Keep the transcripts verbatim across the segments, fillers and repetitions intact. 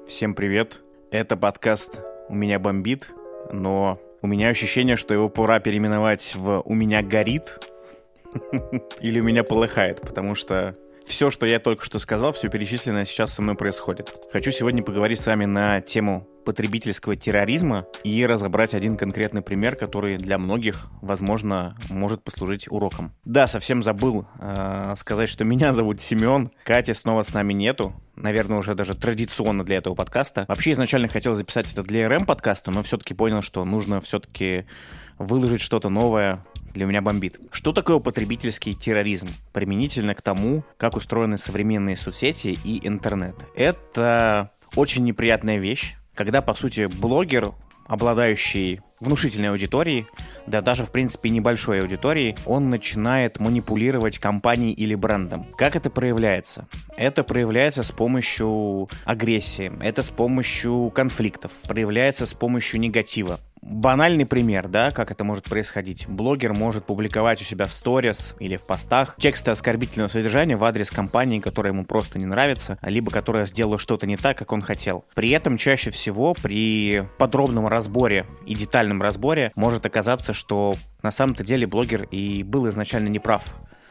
Всем привет. Это подкаст «У меня бомбит», но у меня ощущение, что его пора переименовать в «У меня горит» или «У меня полыхает», потому что все, что я только что сказал, все перечисленное сейчас со мной происходит. Хочу сегодня поговорить с вами на тему потребительского терроризма и разобрать один конкретный пример, который для многих, возможно, может послужить уроком. Да, совсем забыл э, сказать, что меня зовут Семен, Кати снова с нами нету, наверное, уже даже традиционно для этого подкаста. Вообще, изначально хотел записать это для эр эм-подкаста, но все-таки понял, что нужно все-таки выложить что-то новое. Для меня бомбит. Что такое потребительский терроризм? Применительно к тому, как устроены современные соцсети и интернет. Это очень неприятная вещь, когда, по сути, блогер, обладающий внушительной аудиторией, да даже, в принципе, небольшой аудиторией, он начинает манипулировать компанией или брендом. Как это проявляется? Это проявляется с помощью агрессии, это с помощью конфликтов, проявляется с помощью негатива. Банальный пример, да, как это может происходить. Блогер может публиковать у себя в сторис или в постах тексты оскорбительного содержания в адрес компании, которая ему просто не нравится, либо которая сделала что-то не так, как он хотел. При этом чаще всего при подробном разборе и детальном разборе может оказаться, что на самом-то деле блогер и был изначально неправ.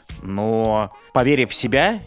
Но поверив в себя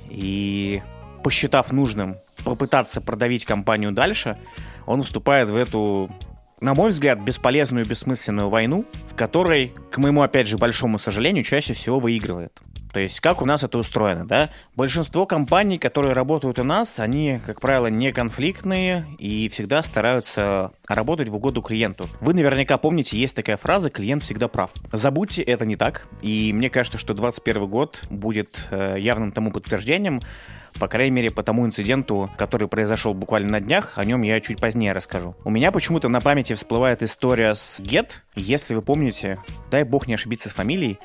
и посчитав нужным попытаться продавить компанию дальше, он вступает в эту, на мой взгляд, бесполезную, бессмысленную войну, в которой, к моему, опять же, большому сожалению, чаще всего выигрывает. То есть, как у нас это устроено, да? Большинство компаний, которые работают у нас, они, как правило, не конфликтные и всегда стараются работать в угоду клиенту. Вы наверняка помните, есть такая фраза «клиент всегда прав». Забудьте, это не так. И мне кажется, что двадцать первый год будет э, явным тому подтверждением. По крайней мере, по тому инциденту, который произошел буквально на днях, о нем я чуть позднее расскажу. У меня почему-то на памяти всплывает история с Get. Если вы помните, дай бог не ошибиться с фамилией,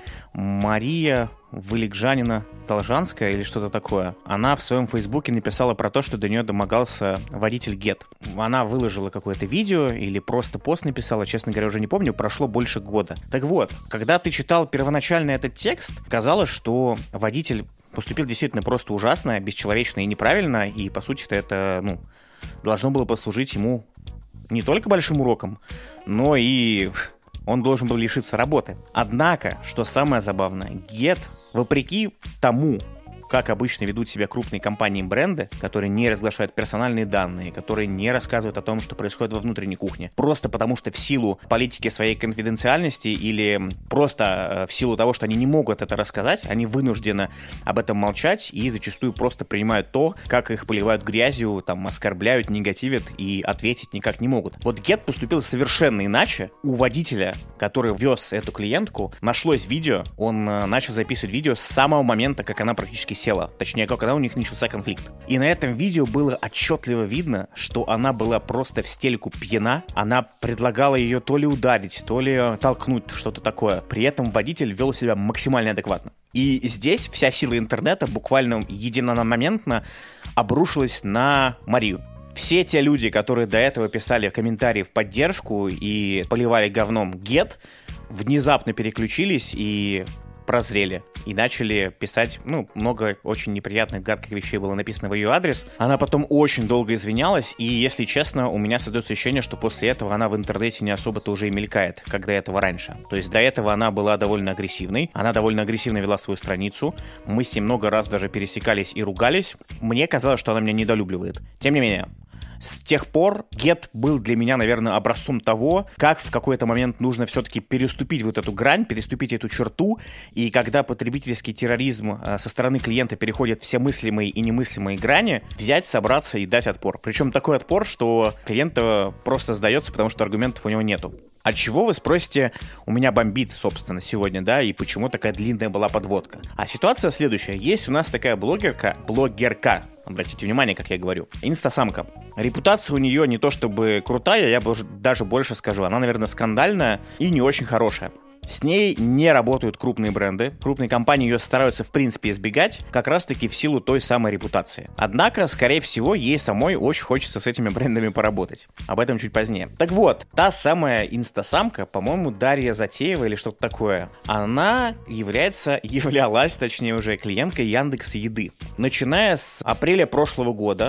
Мария Вылегжанина Должанская или что-то такое. Она в своем фейсбуке написала про то, что до нее домогался водитель Get. Она выложила какое-то видео или просто пост написала, честно говоря, уже не помню, прошло больше года. Так вот, когда ты читал первоначально этот текст, казалось, что водитель поступил действительно просто ужасно, бесчеловечно и неправильно, и, по сути-то, это, ну, должно было послужить ему не только большим уроком, но и он должен был лишиться работы. Однако, что самое забавное, Get, вопреки тому, как обычно ведут себя крупные компании и бренды, которые не разглашают персональные данные, которые не рассказывают о том, что происходит во внутренней кухне, просто потому что в силу политики своей конфиденциальности или просто в силу того, что они не могут это рассказать, они вынуждены об этом молчать и зачастую просто принимают то, как их поливают грязью, там, оскорбляют, негативят и ответить никак не могут. Вот Get поступил совершенно иначе. У водителя, который вез эту клиентку, нашлось видео, он начал записывать видео с самого момента, как она практически села, точнее, когда у них начался конфликт. И на этом видео было отчетливо видно, что она была просто в стельку пьяна, она предлагала ее то ли ударить, то ли толкнуть, что-то такое. При этом водитель вел себя максимально адекватно. И здесь вся сила интернета буквально единомоментно обрушилась на Марию. Все те люди, которые до этого писали комментарии в поддержку и поливали говном Get, внезапно переключились и прозрели и начали писать, ну, много очень неприятных, гадких вещей было написано в ее адрес. Она потом очень долго извинялась, и, если честно, у меня создается ощущение, что после этого она в интернете не особо-то уже и мелькает, как до этого раньше. То есть до этого она была довольно агрессивной, она довольно агрессивно вела свою страницу, мы с ней много раз даже пересекались и ругались. Мне казалось, что она меня недолюбливает. Тем не менее, с тех пор Get был для меня, наверное, образцом того, как в какой-то момент нужно все-таки переступить вот эту грань, переступить эту черту, и когда потребительский терроризм со стороны клиента переходит все мыслимые и немыслимые грани, взять, собраться и дать отпор. Причем такой отпор, что клиент просто сдается, потому что аргументов у него нету. От чего, вы спросите, у меня бомбит, собственно, сегодня, да, и почему такая длинная была подводка? А ситуация следующая. Есть у нас такая блогерка, блогерка, обратите внимание, как я говорю, инстасамка. Репутация у нее не то чтобы крутая, я бы даже больше скажу, она, наверное, скандальная и не очень хорошая. С ней не работают крупные бренды, крупные компании ее стараются в принципе избегать, как раз-таки в силу той самой репутации. Однако, скорее всего, ей самой очень хочется с этими брендами поработать. Об этом чуть позднее. Так вот, та самая инстасамка, по-моему, Дарья Затеева или что-то такое, она является, являлась, точнее уже, клиенткой Яндекс.Еды. Начиная с апреля прошлого года,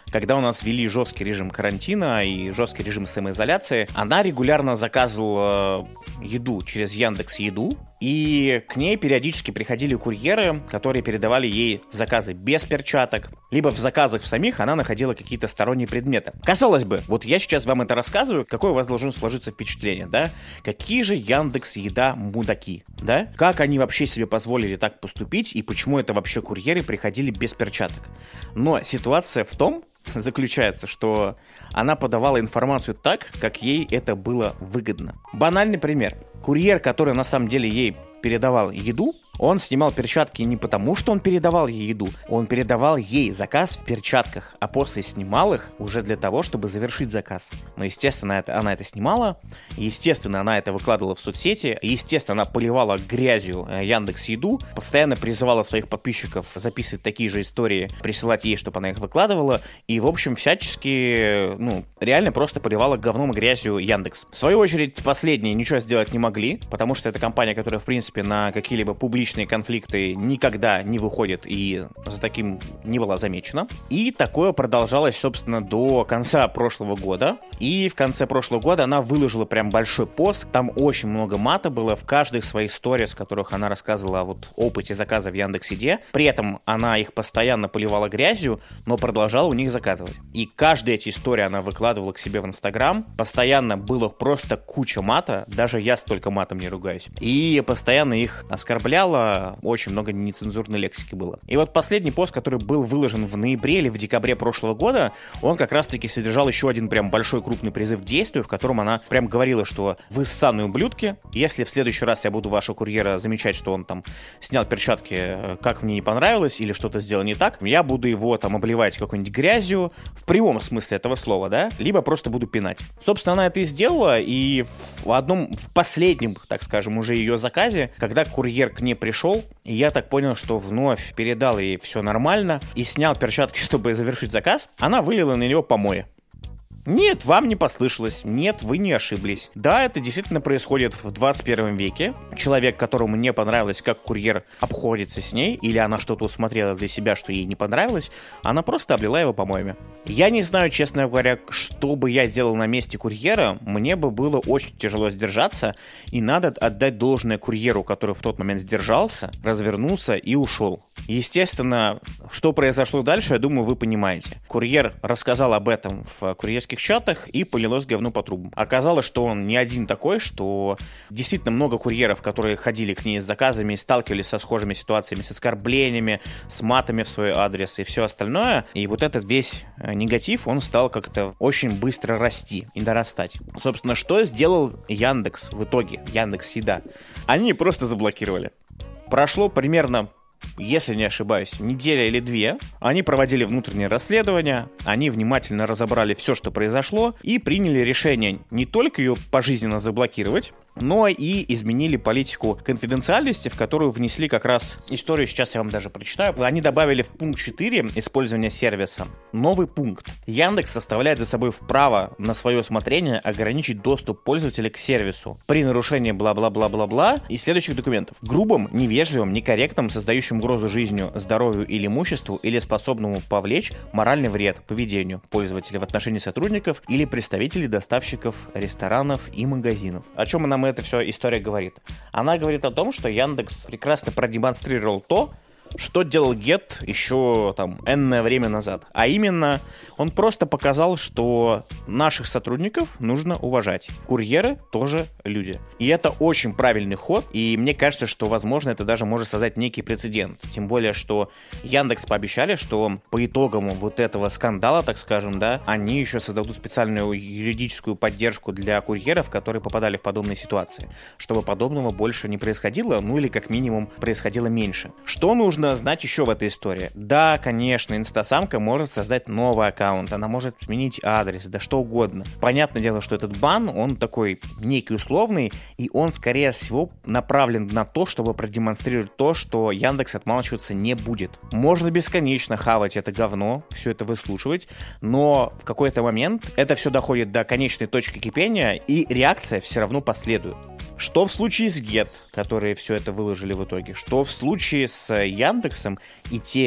когда у нас ввели жесткий режим карантина и жесткий режим самоизоляции, она регулярно заказывала еду через Яндекс.Еду, и к ней периодически приходили курьеры, которые передавали ей заказы без перчаток, либо в заказах в самих она находила какие-то сторонние предметы. Казалось бы, вот я сейчас вам это рассказываю, какое у вас должно сложиться впечатление, да? Какие же Яндекс.Еда мудаки, да? Как они вообще себе позволили так поступить, и почему это вообще курьеры приходили без перчаток? Но ситуация в том заключается, что она подавала информацию так, как ей это было выгодно. Банальный пример. Курьер, который на самом деле ей передавал еду, он снимал перчатки не потому, что он передавал ей еду, он передавал ей заказ в перчатках, а после снимал их уже для того, чтобы завершить заказ. Но, естественно, это, она это снимала, естественно, она это выкладывала в соцсети, естественно, она поливала грязью Яндекс.Еду, постоянно призывала своих подписчиков записывать такие же истории, присылать ей, чтобы она их выкладывала, и, в общем, всячески, ну, реально просто поливала говном и грязью Яндекс. В свою очередь, последние ничего сделать не могли, потому что это компания, которая, в принципе, на какие-либо публичные конфликты никогда не выходит и за таким не была замечена. И такое продолжалось, собственно, до конца прошлого года. И в конце прошлого года она выложила прям большой пост. Там очень много мата было в каждой своих сторис, в которых она рассказывала о вот опыте заказа в Яндекс.Еде. При этом она их постоянно поливала грязью, но продолжала у них заказывать. И каждая эти истории она выкладывала к себе в Инстаграм. Постоянно было просто куча мата. Даже я столько матом не ругаюсь. И постоянно их оскорбляла. Очень много нецензурной лексики было. И вот последний пост, который был выложен в ноябре или в декабре прошлого года, он как раз-таки содержал еще один прям большой крупный призыв к действию, в котором она прям говорила, что вы ссаные ублюдки, если в следующий раз я буду вашего курьера замечать, что он там снял перчатки, как мне не понравилось, или что-то сделал не так, я буду его там обливать какой-нибудь грязью, в прямом смысле этого слова, да, либо просто буду пинать. Собственно, она это и сделала, и в одном, в последнем, так скажем, уже ее заказе, когда курьер к ней пришел, и я так понял, что вновь передал ей все нормально и снял перчатки, чтобы завершить заказ, она вылила на него помои. Нет, вам не послышалось. Нет, вы не ошиблись. Да, это действительно происходит в двадцать первом веке. Человек, которому не понравилось, как курьер обходится с ней, или она что-то усмотрела для себя, что ей не понравилось, она просто облила его помоями. Я не знаю, честно говоря, что бы я делал на месте курьера. Мне бы было очень тяжело сдержаться, и надо отдать должное курьеру, который в тот момент сдержался, развернулся и ушел. Естественно, что произошло дальше, я думаю, вы понимаете. Курьер рассказал об этом в курьерских чатах, и полилось говно по трубам. Оказалось, что он не один такой, что действительно много курьеров, которые ходили к ней с заказами и сталкивались со схожими ситуациями, с оскорблениями, с матами в свой адрес и все остальное. И вот этот весь негатив, он стал как-то очень быстро расти и дорастать. Собственно, что сделал Яндекс в итоге? Яндекс.Еда. Они просто заблокировали. Прошло примерно, если не ошибаюсь, неделя или две, они проводили внутреннее расследование, они внимательно разобрали все, что произошло, и приняли решение не только ее пожизненно заблокировать, но и изменили политику конфиденциальности, в которую внесли как раз историю, сейчас я вам даже прочитаю. Они добавили в пункт четыре использования сервиса новый пункт. Яндекс оставляет за собой право на свое усмотрение ограничить доступ пользователя к сервису при нарушении бла-бла-бла-бла-бла и следующих документов. Грубым, невежливым, некорректным, создающим угрозу жизнью, здоровью или имуществу, или способному повлечь моральный вред поведению пользователя в отношении сотрудников или представителей доставщиков ресторанов и магазинов. О чем нам эта вся история говорит? Она говорит о том, что Яндекс прекрасно продемонстрировал то, что делал Get еще там энное время назад. А именно, он просто показал, что наших сотрудников нужно уважать. Курьеры тоже люди. И это очень правильный ход, и мне кажется, что, возможно, это даже может создать некий прецедент. Тем более, что Яндекс пообещали, что по итогам вот этого скандала, так скажем, да, они еще создадут специальную юридическую поддержку для курьеров, которые попадали в подобные ситуации, чтобы подобного больше не происходило, ну или как минимум происходило меньше. Что нужно Нужно знать еще в этой истории. Да, конечно, инстасамка может создать новый аккаунт, она может сменить адрес, да что угодно. Понятное дело, что этот бан, он такой некий условный, и он, скорее всего, направлен на то, чтобы продемонстрировать то, что Яндекс отмалчиваться не будет. Можно бесконечно хавать это говно, все это выслушивать, но в какой-то момент это все доходит до конечной точки кипения, и реакция все равно последует. Что в случае с Get, которые все это выложили в итоге, что в случае с Яндексом, и те,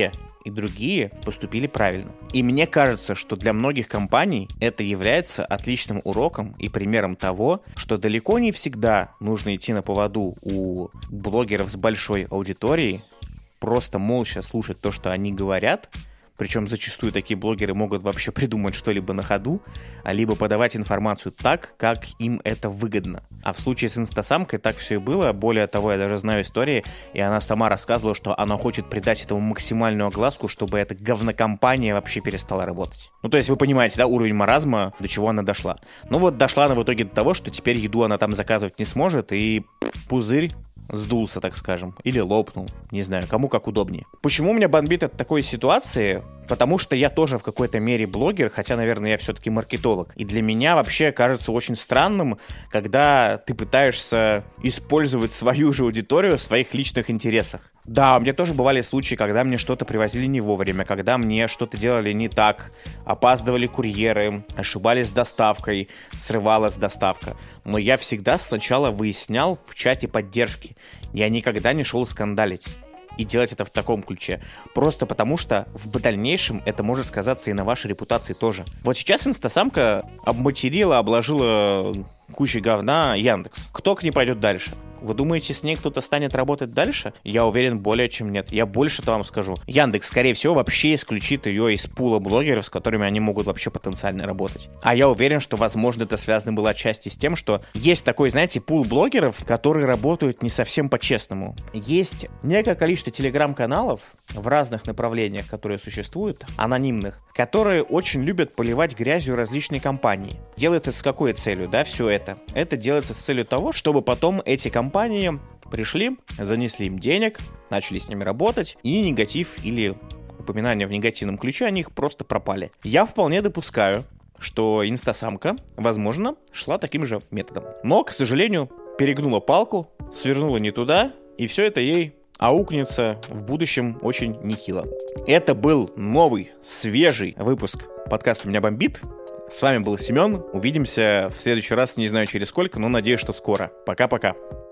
и другие поступили правильно. И мне кажется, что для многих компаний это является отличным уроком и примером того, что далеко не всегда нужно идти на поводу у блогеров с большой аудиторией, просто молча слушать то, что они говорят. Причем зачастую такие блогеры могут вообще придумать что-либо на ходу, а либо подавать информацию так, как им это выгодно. А в случае с инстасамкой так все и было. Более того, я даже знаю истории, и она сама рассказывала, что она хочет придать этому максимальную огласку, чтобы эта говнокомпания вообще перестала работать. Ну, то есть вы понимаете, да, уровень маразма, до чего она дошла. Ну вот дошла она в итоге до того, что теперь еду она там заказывать не сможет, и пузырь сдулся, так скажем, или лопнул, не знаю, кому как удобнее. Почему меня бомбит от такой ситуации? Потому что я тоже в какой-то мере блогер, хотя, наверное, я все-таки маркетолог. И для меня вообще кажется очень странным, когда ты пытаешься использовать свою же аудиторию в своих личных интересах. Да, у меня тоже бывали случаи, когда мне что-то привозили не вовремя, когда мне что-то делали не так, опаздывали курьеры, ошибались с доставкой, срывалась доставка. Но я всегда сначала выяснял в чате поддержки. Я никогда не шел скандалить. И делать это в таком ключе. Просто потому, что в дальнейшем это может сказаться и на вашей репутации тоже. Вот сейчас инстасамка обматерила, обложила кучей говна Яндекс. Кто к ней пойдет дальше? Вы думаете, с ней кто-то станет работать дальше? Я уверен, более чем нет. Я больше-то вам скажу. Яндекс, скорее всего, вообще исключит ее из пула блогеров, с которыми они могут вообще потенциально работать. А я уверен, что, возможно, это связано было отчасти с тем, что есть такой, знаете, пул блогеров, которые работают не совсем по-честному. Есть некое количество телеграм-каналов в разных направлениях, которые существуют, анонимных, которые очень любят поливать грязью различные компании. Делается с какой целью, да, все это? Это делается с целью того, чтобы потом эти компании Компании пришли, занесли им денег, начали с ними работать, и негатив или упоминания в негативном ключе о них просто пропали. Я вполне допускаю, что инстасамка, возможно, шла таким же методом. Но, к сожалению, перегнула палку, свернула не туда, и все это ей аукнется в будущем очень нехило. Это был новый, свежий выпуск подкаста «У меня бомбит». С вами был Семен. Увидимся в следующий раз, не знаю через сколько, но надеюсь, что скоро. Пока-пока.